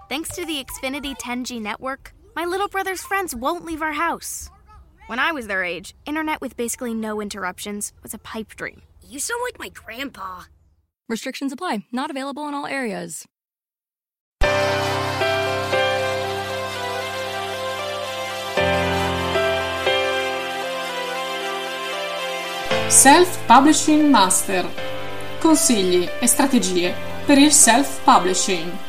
Thanks to the Xfinity 10G network, my little brother's friends won't leave our house. When I was their age, internet with basically no interruptions was a pipe dream. You sound like my grandpa. Restrictions apply. Not available in all areas. Self-Publishing Master. Consigli e strategie per il self-publishing.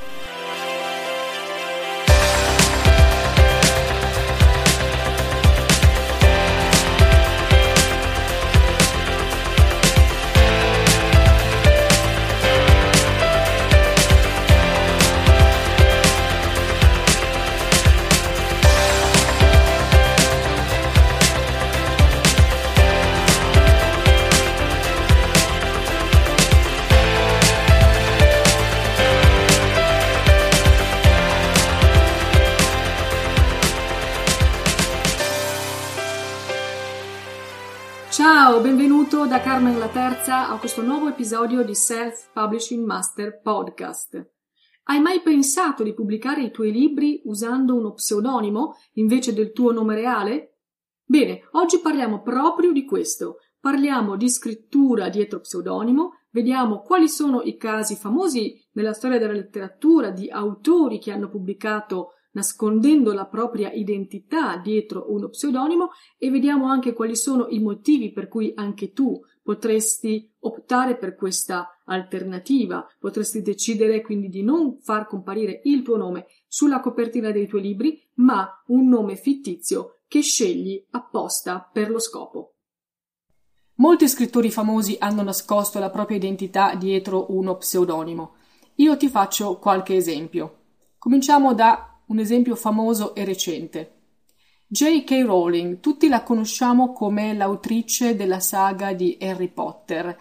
Ciao, benvenuto da Carmen la Terza a questo nuovo episodio di Self-Publishing Master Podcast. Hai mai pensato di pubblicare i tuoi libri usando uno pseudonimo invece del tuo nome reale? Bene, oggi parliamo proprio di questo. Parliamo di scrittura dietro pseudonimo, vediamo quali sono i casi famosi nella storia della letteratura di autori che hanno pubblicato nascondendo la propria identità dietro uno pseudonimo e vediamo anche quali sono i motivi per cui anche tu potresti optare per questa alternativa, potresti decidere quindi di non far comparire il tuo nome sulla copertina dei tuoi libri, ma un nome fittizio che scegli apposta per lo scopo. Molti scrittori famosi hanno nascosto la propria identità dietro uno pseudonimo. Io ti faccio qualche esempio. Cominciamo da un esempio famoso e recente. J.K. Rowling, tutti la conosciamo come l'autrice della saga di Harry Potter.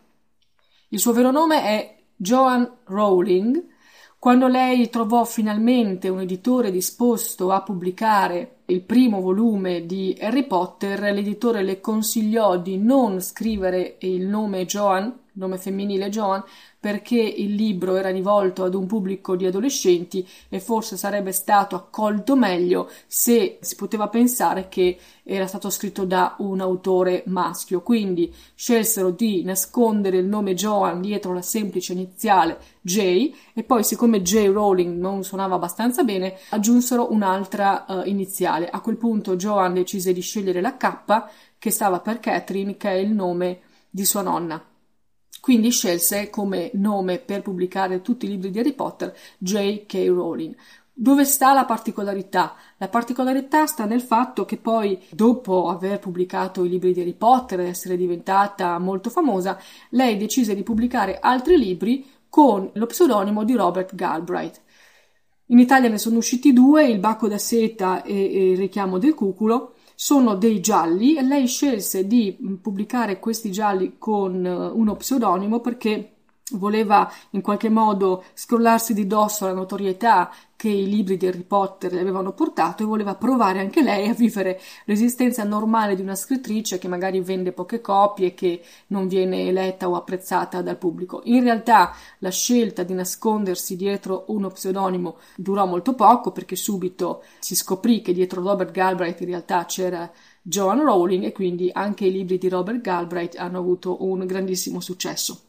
Il suo vero nome è Joanne Rowling. Quando lei trovò finalmente un editore disposto a pubblicare il primo volume di Harry Potter, l'editore le consigliò di non scrivere il nome Joanne, il nome femminile Joanne, perché il libro era rivolto ad un pubblico di adolescenti e forse sarebbe stato accolto meglio se si poteva pensare che era stato scritto da un autore maschio. Quindi scelsero di nascondere il nome Joanne dietro la semplice iniziale J e poi, siccome J. Rowling non suonava abbastanza bene, aggiunsero un'altra iniziale. A quel punto Joanne decise di scegliere la K, che stava per Catherine, che è il nome di sua nonna. Quindi scelse come nome per pubblicare tutti i libri di Harry Potter J.K. Rowling. Dove sta la particolarità? La particolarità sta nel fatto che poi, dopo aver pubblicato i libri di Harry Potter e essere diventata molto famosa, lei decise di pubblicare altri libri con lo pseudonimo di Robert Galbraith. In Italia ne sono usciti 2, Il Bacco da seta e Il richiamo del cuculo. Sono dei gialli e lei scelse di pubblicare questi gialli con uno pseudonimo perché voleva in qualche modo scrollarsi di dosso la notorietà che i libri di Harry Potter le avevano portato e voleva provare anche lei a vivere l'esistenza normale di una scrittrice che magari vende poche copie e che non viene letta o apprezzata dal pubblico. In realtà la scelta di nascondersi dietro uno pseudonimo durò molto poco, perché subito si scoprì che dietro Robert Galbraith in realtà c'era Joanne Rowling e quindi anche i libri di Robert Galbraith hanno avuto un grandissimo successo.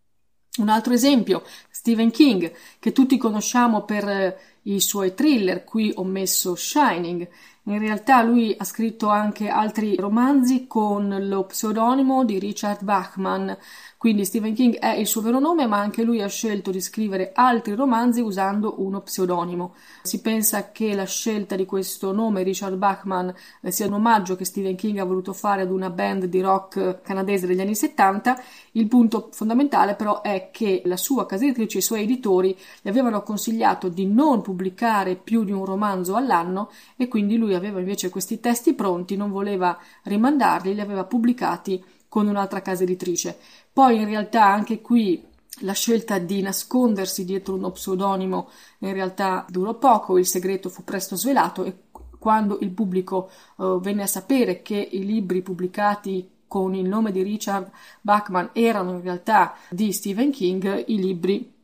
Un altro esempio, Stephen King, che tutti conosciamo per i suoi thriller. Qui ho messo Shining. In realtà lui ha scritto anche altri romanzi con lo pseudonimo di Richard Bachman, quindi Stephen King è il suo vero nome, ma anche lui ha scelto di scrivere altri romanzi usando uno pseudonimo. Si pensa che la scelta di questo nome, Richard Bachman, sia un omaggio che Stephen King ha voluto fare ad una band di rock canadese degli anni 70. Il punto fondamentale però è che la sua casa editrice, i suoi editori, gli avevano consigliato di non pubblicare più di un romanzo all'anno e quindi lui aveva invece questi testi pronti, non voleva rimandarli, li aveva pubblicati con un'altra casa editrice. Poi in realtà anche qui la scelta di nascondersi dietro uno pseudonimo in realtà durò poco, il segreto fu presto svelato e quando il pubblico venne a sapere che i libri pubblicati con il nome di Richard Bachman erano in realtà di Stephen King, i libri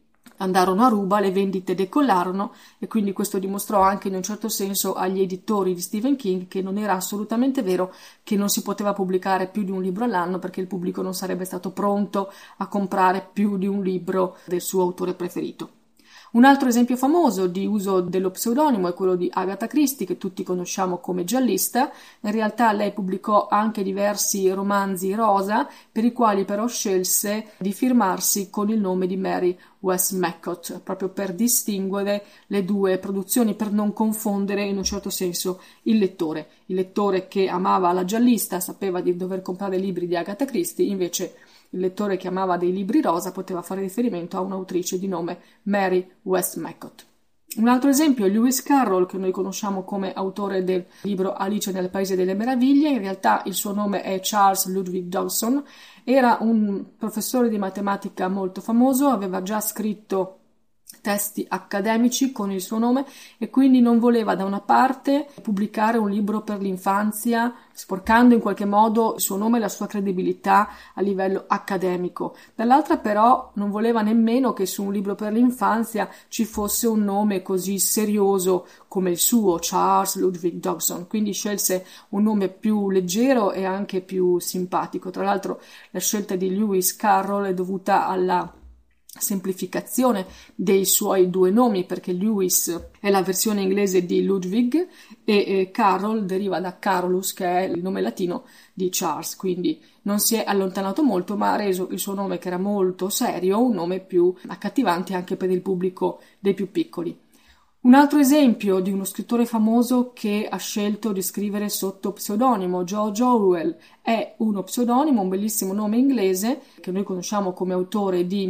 andarono a ruba, le vendite decollarono e quindi questo dimostrò anche in un certo senso agli editori di Stephen King che non era assolutamente vero che non si poteva pubblicare più di un libro all'anno perché il pubblico non sarebbe stato pronto a comprare più di un libro del suo autore preferito. Un altro esempio famoso di uso dello pseudonimo è quello di Agatha Christie, che tutti conosciamo come giallista. In realtà lei pubblicò anche diversi romanzi rosa, per i quali però scelse di firmarsi con il nome di Mary Westmacott, proprio per distinguere le due produzioni, per non confondere in un certo senso il lettore. Il lettore che amava la giallista sapeva di dover comprare libri di Agatha Christie, invece il lettore che amava dei libri rosa poteva fare riferimento a un'autrice di nome Mary Westmacott. Un altro esempio è Lewis Carroll, che noi conosciamo come autore del libro Alice nel Paese delle Meraviglie. In realtà il suo nome è Charles Ludwig Dodgson. Era un professore di matematica molto famoso, aveva già scritto testi accademici con il suo nome e quindi non voleva da una parte pubblicare un libro per l'infanzia sporcando in qualche modo il suo nome e la sua credibilità a livello accademico, dall'altra però non voleva nemmeno che su un libro per l'infanzia ci fosse un nome così serioso come il suo, Charles Ludwig Dodgson, quindi scelse un nome più leggero e anche più simpatico. Tra l'altro la scelta di Lewis Carroll è dovuta alla semplificazione dei suoi due nomi, perché Lewis è la versione inglese di Ludwig e Carroll deriva da Carolus, che è il nome latino di Charles, quindi non si è allontanato molto, ma ha reso il suo nome, che era molto serio, un nome più accattivante anche per il pubblico dei più piccoli. Un altro esempio di uno scrittore famoso che ha scelto di scrivere sotto pseudonimo, George Orwell, è uno pseudonimo, un bellissimo nome inglese che noi conosciamo come autore di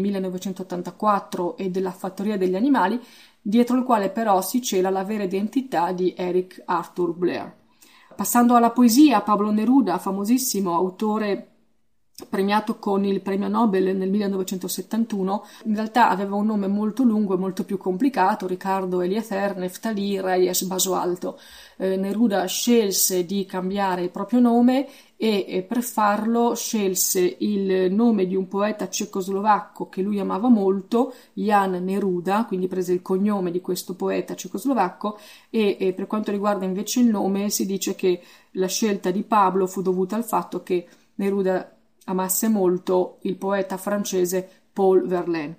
1984 e della Fattoria degli Animali, dietro il quale però si cela la vera identità di Eric Arthur Blair. Passando alla poesia, Pablo Neruda, famosissimo autore premiato con il premio Nobel nel 1971, in realtà aveva un nome molto lungo e molto più complicato, Riccardo Eliezer Neftali Reyes Basualto. Neruda scelse di cambiare il proprio nome e per farlo scelse il nome di un poeta cecoslovacco che lui amava molto, Jan Neruda, quindi prese il cognome di questo poeta cecoslovacco e per quanto riguarda invece il nome si dice che la scelta di Pablo fu dovuta al fatto che Neruda amasse molto il poeta francese Paul Verlaine.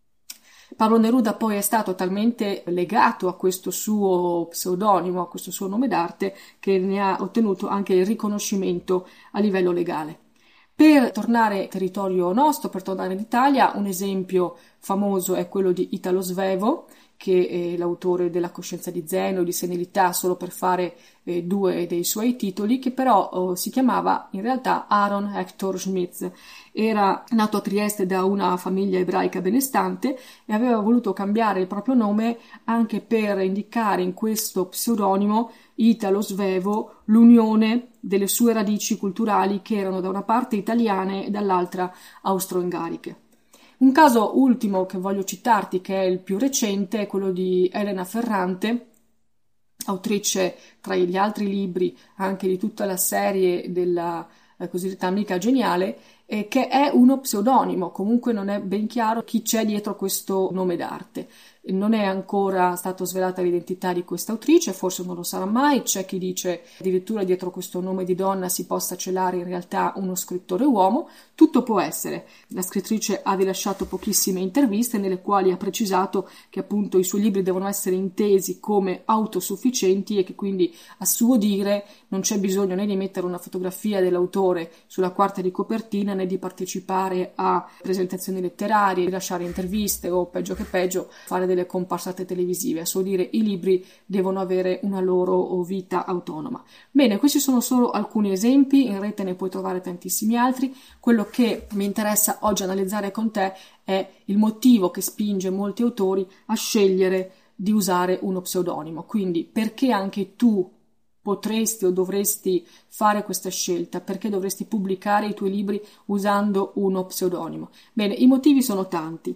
Pablo Neruda poi è stato talmente legato a questo suo pseudonimo, a questo suo nome d'arte, che ne ha ottenuto anche il riconoscimento a livello legale. Per tornare in territorio nostro, per tornare in Italia, un esempio famoso è quello di Italo Svevo, che è l'autore della Coscienza di Zeno, di Senilità, solo per fare due dei suoi titoli, che però si chiamava in realtà Aaron Hector Schmitz. Era nato a Trieste da una famiglia ebraica benestante e aveva voluto cambiare il proprio nome anche per indicare in questo pseudonimo Italo Svevo l'unione delle sue radici culturali che erano da una parte italiane e dall'altra austro-ungariche. Un caso ultimo che voglio citarti, che è il più recente, è quello di Elena Ferrante, autrice tra gli altri libri anche di tutta la serie della cosiddetta Amica Geniale, che è uno pseudonimo, comunque non è ben chiaro chi c'è dietro questo nome d'arte. Non è ancora stata svelata l'identità di questa autrice, forse non lo sarà mai, c'è chi dice addirittura dietro questo nome di donna si possa celare in realtà uno scrittore uomo, tutto può essere. La scrittrice ha rilasciato pochissime interviste nelle quali ha precisato che appunto i suoi libri devono essere intesi come autosufficienti e che quindi a suo dire non c'è bisogno né di mettere una fotografia dell'autore sulla quarta di copertina né di partecipare a presentazioni letterarie, rilasciare interviste o peggio che peggio fare delle comparsate televisive. A suo dire i libri devono avere una loro vita autonoma. Bene, questi sono solo alcuni esempi, in rete ne puoi trovare tantissimi altri. Quello che mi interessa oggi analizzare con te è il motivo che spinge molti autori a scegliere di usare uno pseudonimo, quindi perché anche tu potresti o dovresti fare questa scelta, perché dovresti pubblicare i tuoi libri usando uno pseudonimo. Bene, i motivi sono tanti.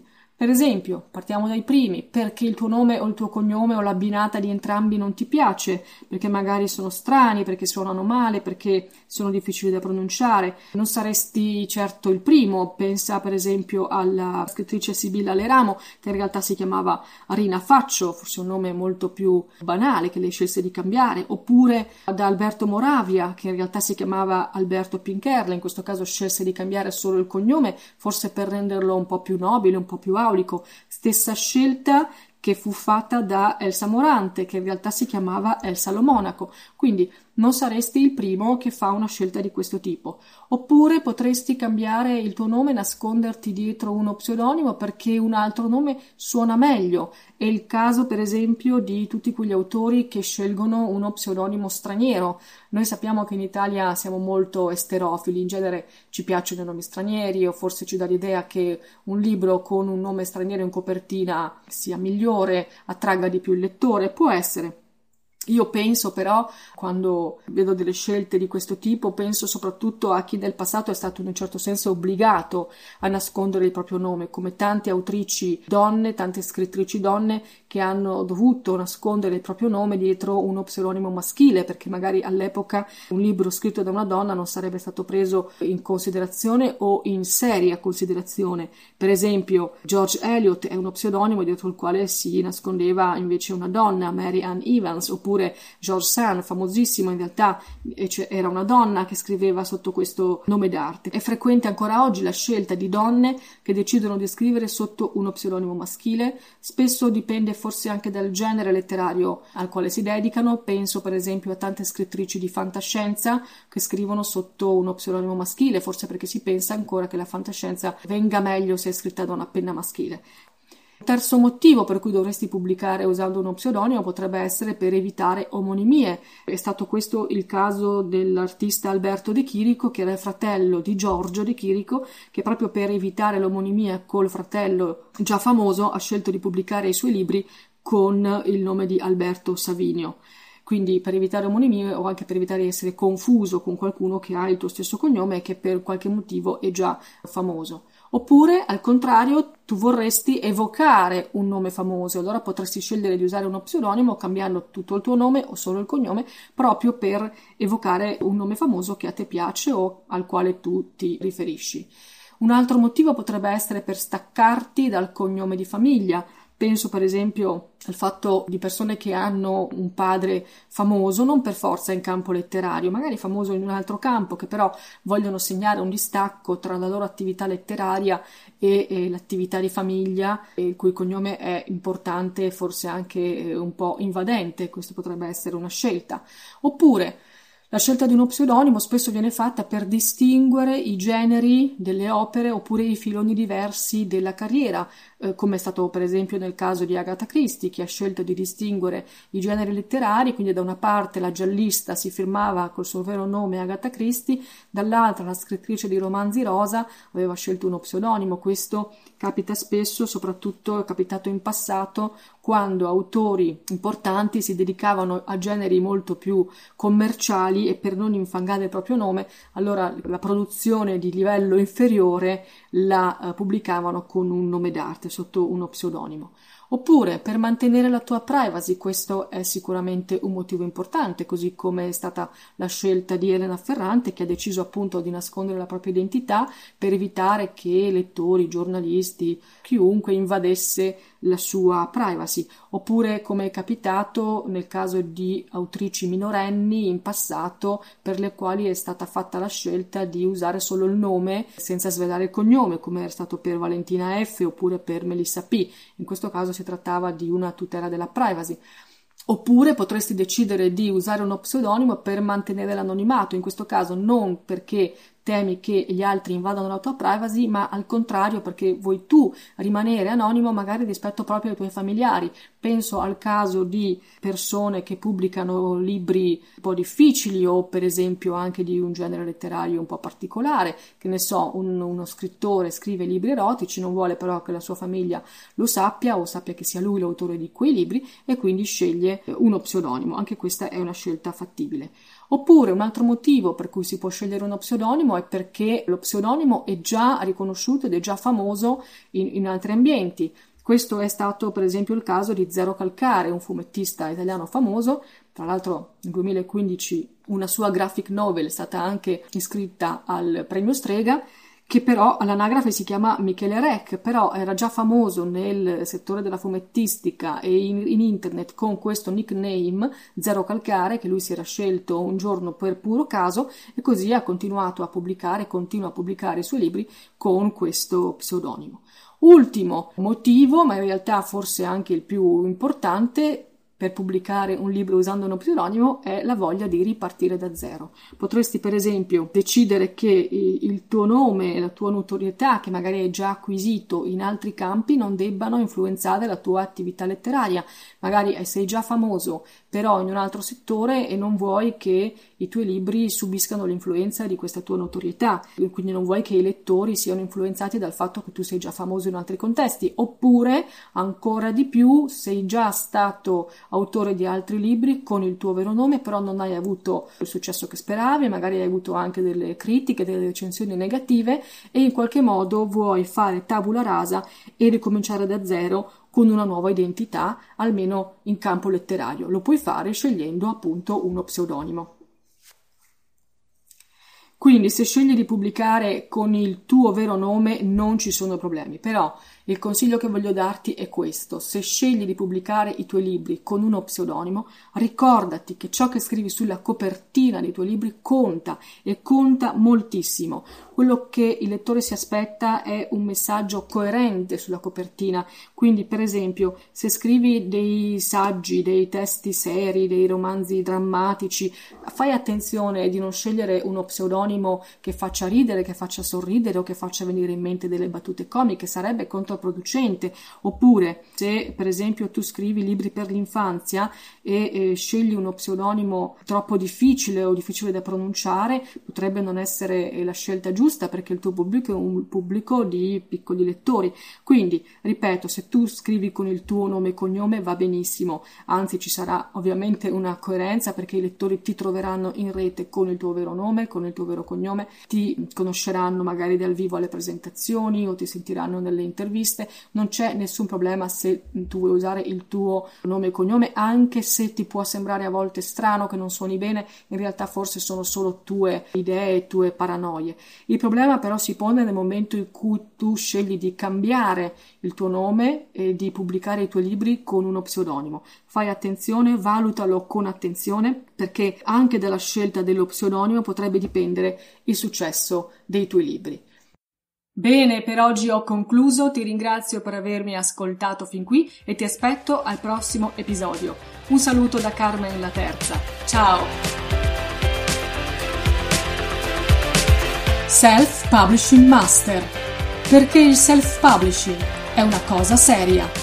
Per esempio, partiamo dai primi, perché il tuo nome o il tuo cognome o l'abbinata di entrambi non ti piace, perché magari sono strani, perché suonano male, perché sono difficili da pronunciare. Non saresti certo il primo, pensa per esempio alla scrittrice Sibilla Leramo, che in realtà si chiamava Rina Faccio, forse un nome molto più banale che lei scelse di cambiare, oppure da Alberto Moravia, che in realtà si chiamava Alberto Pincherle, in questo caso scelse di cambiare solo il cognome, forse per renderlo un po' più nobile, un po' più aulico. Stessa scelta che fu fatta da Elsa Morante, che in realtà si chiamava Elsa Lo Monaco. Quindi non saresti il primo che fa una scelta di questo tipo. Oppure potresti cambiare il tuo nome e nasconderti dietro uno pseudonimo perché un altro nome suona meglio. È il caso, per esempio, di tutti quegli autori che scelgono uno pseudonimo straniero. Noi sappiamo che in Italia siamo molto esterofili, in genere ci piacciono i nomi stranieri, o forse ci dà l'idea che un libro con un nome straniero in copertina sia migliore, attragga di più il lettore. Può essere. Io penso però, quando vedo delle scelte di questo tipo, penso soprattutto a chi nel passato è stato in un certo senso obbligato a nascondere il proprio nome, come tante autrici donne, tante scrittrici donne che hanno dovuto nascondere il proprio nome dietro uno pseudonimo maschile, perché magari all'epoca un libro scritto da una donna non sarebbe stato preso in considerazione o in seria considerazione. Per esempio, George Eliot è uno pseudonimo dietro il quale si nascondeva invece una donna, Mary Ann Evans, oppure George Sand, famosissimo, in realtà era una donna che scriveva sotto questo nome d'arte. È frequente ancora oggi la scelta di donne che decidono di scrivere sotto uno pseudonimo maschile, spesso dipende forse anche dal genere letterario al quale si dedicano. Penso per esempio a tante scrittrici di fantascienza che scrivono sotto uno pseudonimo maschile, forse perché si pensa ancora che la fantascienza venga meglio se è scritta da una penna maschile. Terzo motivo per cui dovresti pubblicare usando uno pseudonimo potrebbe essere per evitare omonimie. È stato questo il caso dell'artista Alberto De Chirico, che era il fratello di Giorgio De Chirico, che proprio per evitare l'omonimia col fratello già famoso ha scelto di pubblicare i suoi libri con il nome di Alberto Savinio. Quindi per evitare omonimie o anche per evitare di essere confuso con qualcuno che ha il tuo stesso cognome e che per qualche motivo è già famoso. Oppure, al contrario, tu vorresti evocare un nome famoso, allora potresti scegliere di usare uno pseudonimo cambiando tutto il tuo nome o solo il cognome proprio per evocare un nome famoso che a te piace o al quale tu ti riferisci. Un altro motivo potrebbe essere per staccarti dal cognome di famiglia. Penso per esempio al fatto di persone che hanno un padre famoso, non per forza in campo letterario, magari famoso in un altro campo, che però vogliono segnare un distacco tra la loro attività letteraria e l'attività di famiglia, il cui cognome è importante e forse anche un po' invadente. Questo potrebbe essere una scelta. Oppure la scelta di uno pseudonimo spesso viene fatta per distinguere i generi delle opere oppure i filoni diversi della carriera, come è stato per esempio nel caso di Agatha Christie, che ha scelto di distinguere i generi letterari, quindi da una parte la giallista si firmava col suo vero nome Agatha Christie, dall'altra la scrittrice di romanzi rosa aveva scelto uno pseudonimo. Questo capita spesso, soprattutto è capitato in passato, quando autori importanti si dedicavano a generi molto più commerciali e per non infangare il proprio nome, allora la produzione di livello inferiore la pubblicavano con un nome d'arte, sotto uno pseudonimo. Oppure per mantenere la tua privacy, questo è sicuramente un motivo importante, così come è stata la scelta di Elena Ferrante, che ha deciso appunto di nascondere la propria identità per evitare che lettori, giornalisti, chiunque invadesse la sua privacy. Oppure come è capitato nel caso di autrici minorenni in passato per le quali è stata fatta la scelta di usare solo il nome senza svelare il cognome, come era stato per Valentina F. oppure per Melissa P. In questo caso si trattava di una tutela della privacy. Oppure potresti decidere di usare uno pseudonimo per mantenere l'anonimato, in questo caso non perché temi che gli altri invadano la tua privacy, ma al contrario perché vuoi tu rimanere anonimo magari rispetto proprio ai tuoi familiari. Penso al caso di persone che pubblicano libri un po' difficili o per esempio anche di un genere letterario un po' particolare, che ne so, uno scrittore scrive libri erotici, non vuole però che la sua famiglia lo sappia o sappia che sia lui l'autore di quei libri e quindi sceglie uno pseudonimo. Anche questa è una scelta fattibile. Oppure un altro motivo per cui si può scegliere uno pseudonimo è perché lo pseudonimo è già riconosciuto ed è già famoso in altri ambienti. Questo è stato per esempio il caso di Zero Calcare, un fumettista italiano famoso. Tra l'altro nel 2015 una sua graphic novel è stata anche iscritta al premio Strega, che però all'anagrafe si chiama Michele Rec, però era già famoso nel settore della fumettistica e in internet con questo nickname Zero Calcare, che lui si era scelto un giorno per puro caso, e così ha continuato a pubblicare, continua a pubblicare i suoi libri con questo pseudonimo. Ultimo motivo, ma in realtà forse anche il più importante, per pubblicare un libro usando uno pseudonimo è la voglia di ripartire da zero. Potresti per esempio decidere che il tuo nome e la tua notorietà, che magari hai già acquisito in altri campi, non debbano influenzare la tua attività letteraria. Magari sei già famoso però in un altro settore e non vuoi che i tuoi libri subiscano l'influenza di questa tua notorietà, quindi non vuoi che i lettori siano influenzati dal fatto che tu sei già famoso in altri contesti. Oppure ancora di più, sei già stato autore di altri libri con il tuo vero nome, però non hai avuto il successo che speravi, magari hai avuto anche delle critiche, delle recensioni negative, e in qualche modo vuoi fare tabula rasa e ricominciare da zero con una nuova identità, almeno in campo letterario. Lo puoi fare scegliendo appunto uno pseudonimo. Quindi se scegli di pubblicare con il tuo vero nome non ci sono problemi, però il consiglio che voglio darti è questo: se scegli di pubblicare i tuoi libri con uno pseudonimo, ricordati che ciò che scrivi sulla copertina dei tuoi libri conta, e conta moltissimo. Quello che il lettore si aspetta è un messaggio coerente sulla copertina. Quindi per esempio se scrivi dei saggi, dei testi seri, dei romanzi drammatici, fai attenzione di non scegliere uno pseudonimo che faccia ridere, che faccia sorridere o che faccia venire in mente delle battute comiche, sarebbe controproducente. Oppure se per esempio tu scrivi libri per l'infanzia e scegli uno pseudonimo troppo difficile o difficile da pronunciare, potrebbe non essere la scelta giusta, perché il tuo pubblico è un pubblico di piccoli lettori. Quindi ripeto, se tu scrivi con il tuo nome e cognome va benissimo, anzi ci sarà ovviamente una coerenza, perché i lettori ti troveranno in rete con il tuo vero nome, con il tuo vero cognome, ti conosceranno magari dal vivo alle presentazioni o ti sentiranno nelle interviste. Non c'è nessun problema se tu vuoi usare il tuo nome e cognome, anche se ti può sembrare a volte strano, che non suoni bene, in realtà forse sono solo tue idee, tue paranoie. Il problema però si pone nel momento in cui tu scegli di cambiare il tuo nome e di pubblicare i tuoi libri con uno pseudonimo. Fai attenzione, valutalo con attenzione, perché anche dalla scelta dello pseudonimo potrebbe dipendere il successo dei tuoi libri. Bene, per oggi ho concluso, ti ringrazio per avermi ascoltato fin qui e ti aspetto al prossimo episodio. Un saluto da Carmen la Terza. Ciao! Self-Publishing Master. Perché il self-publishing è una cosa seria.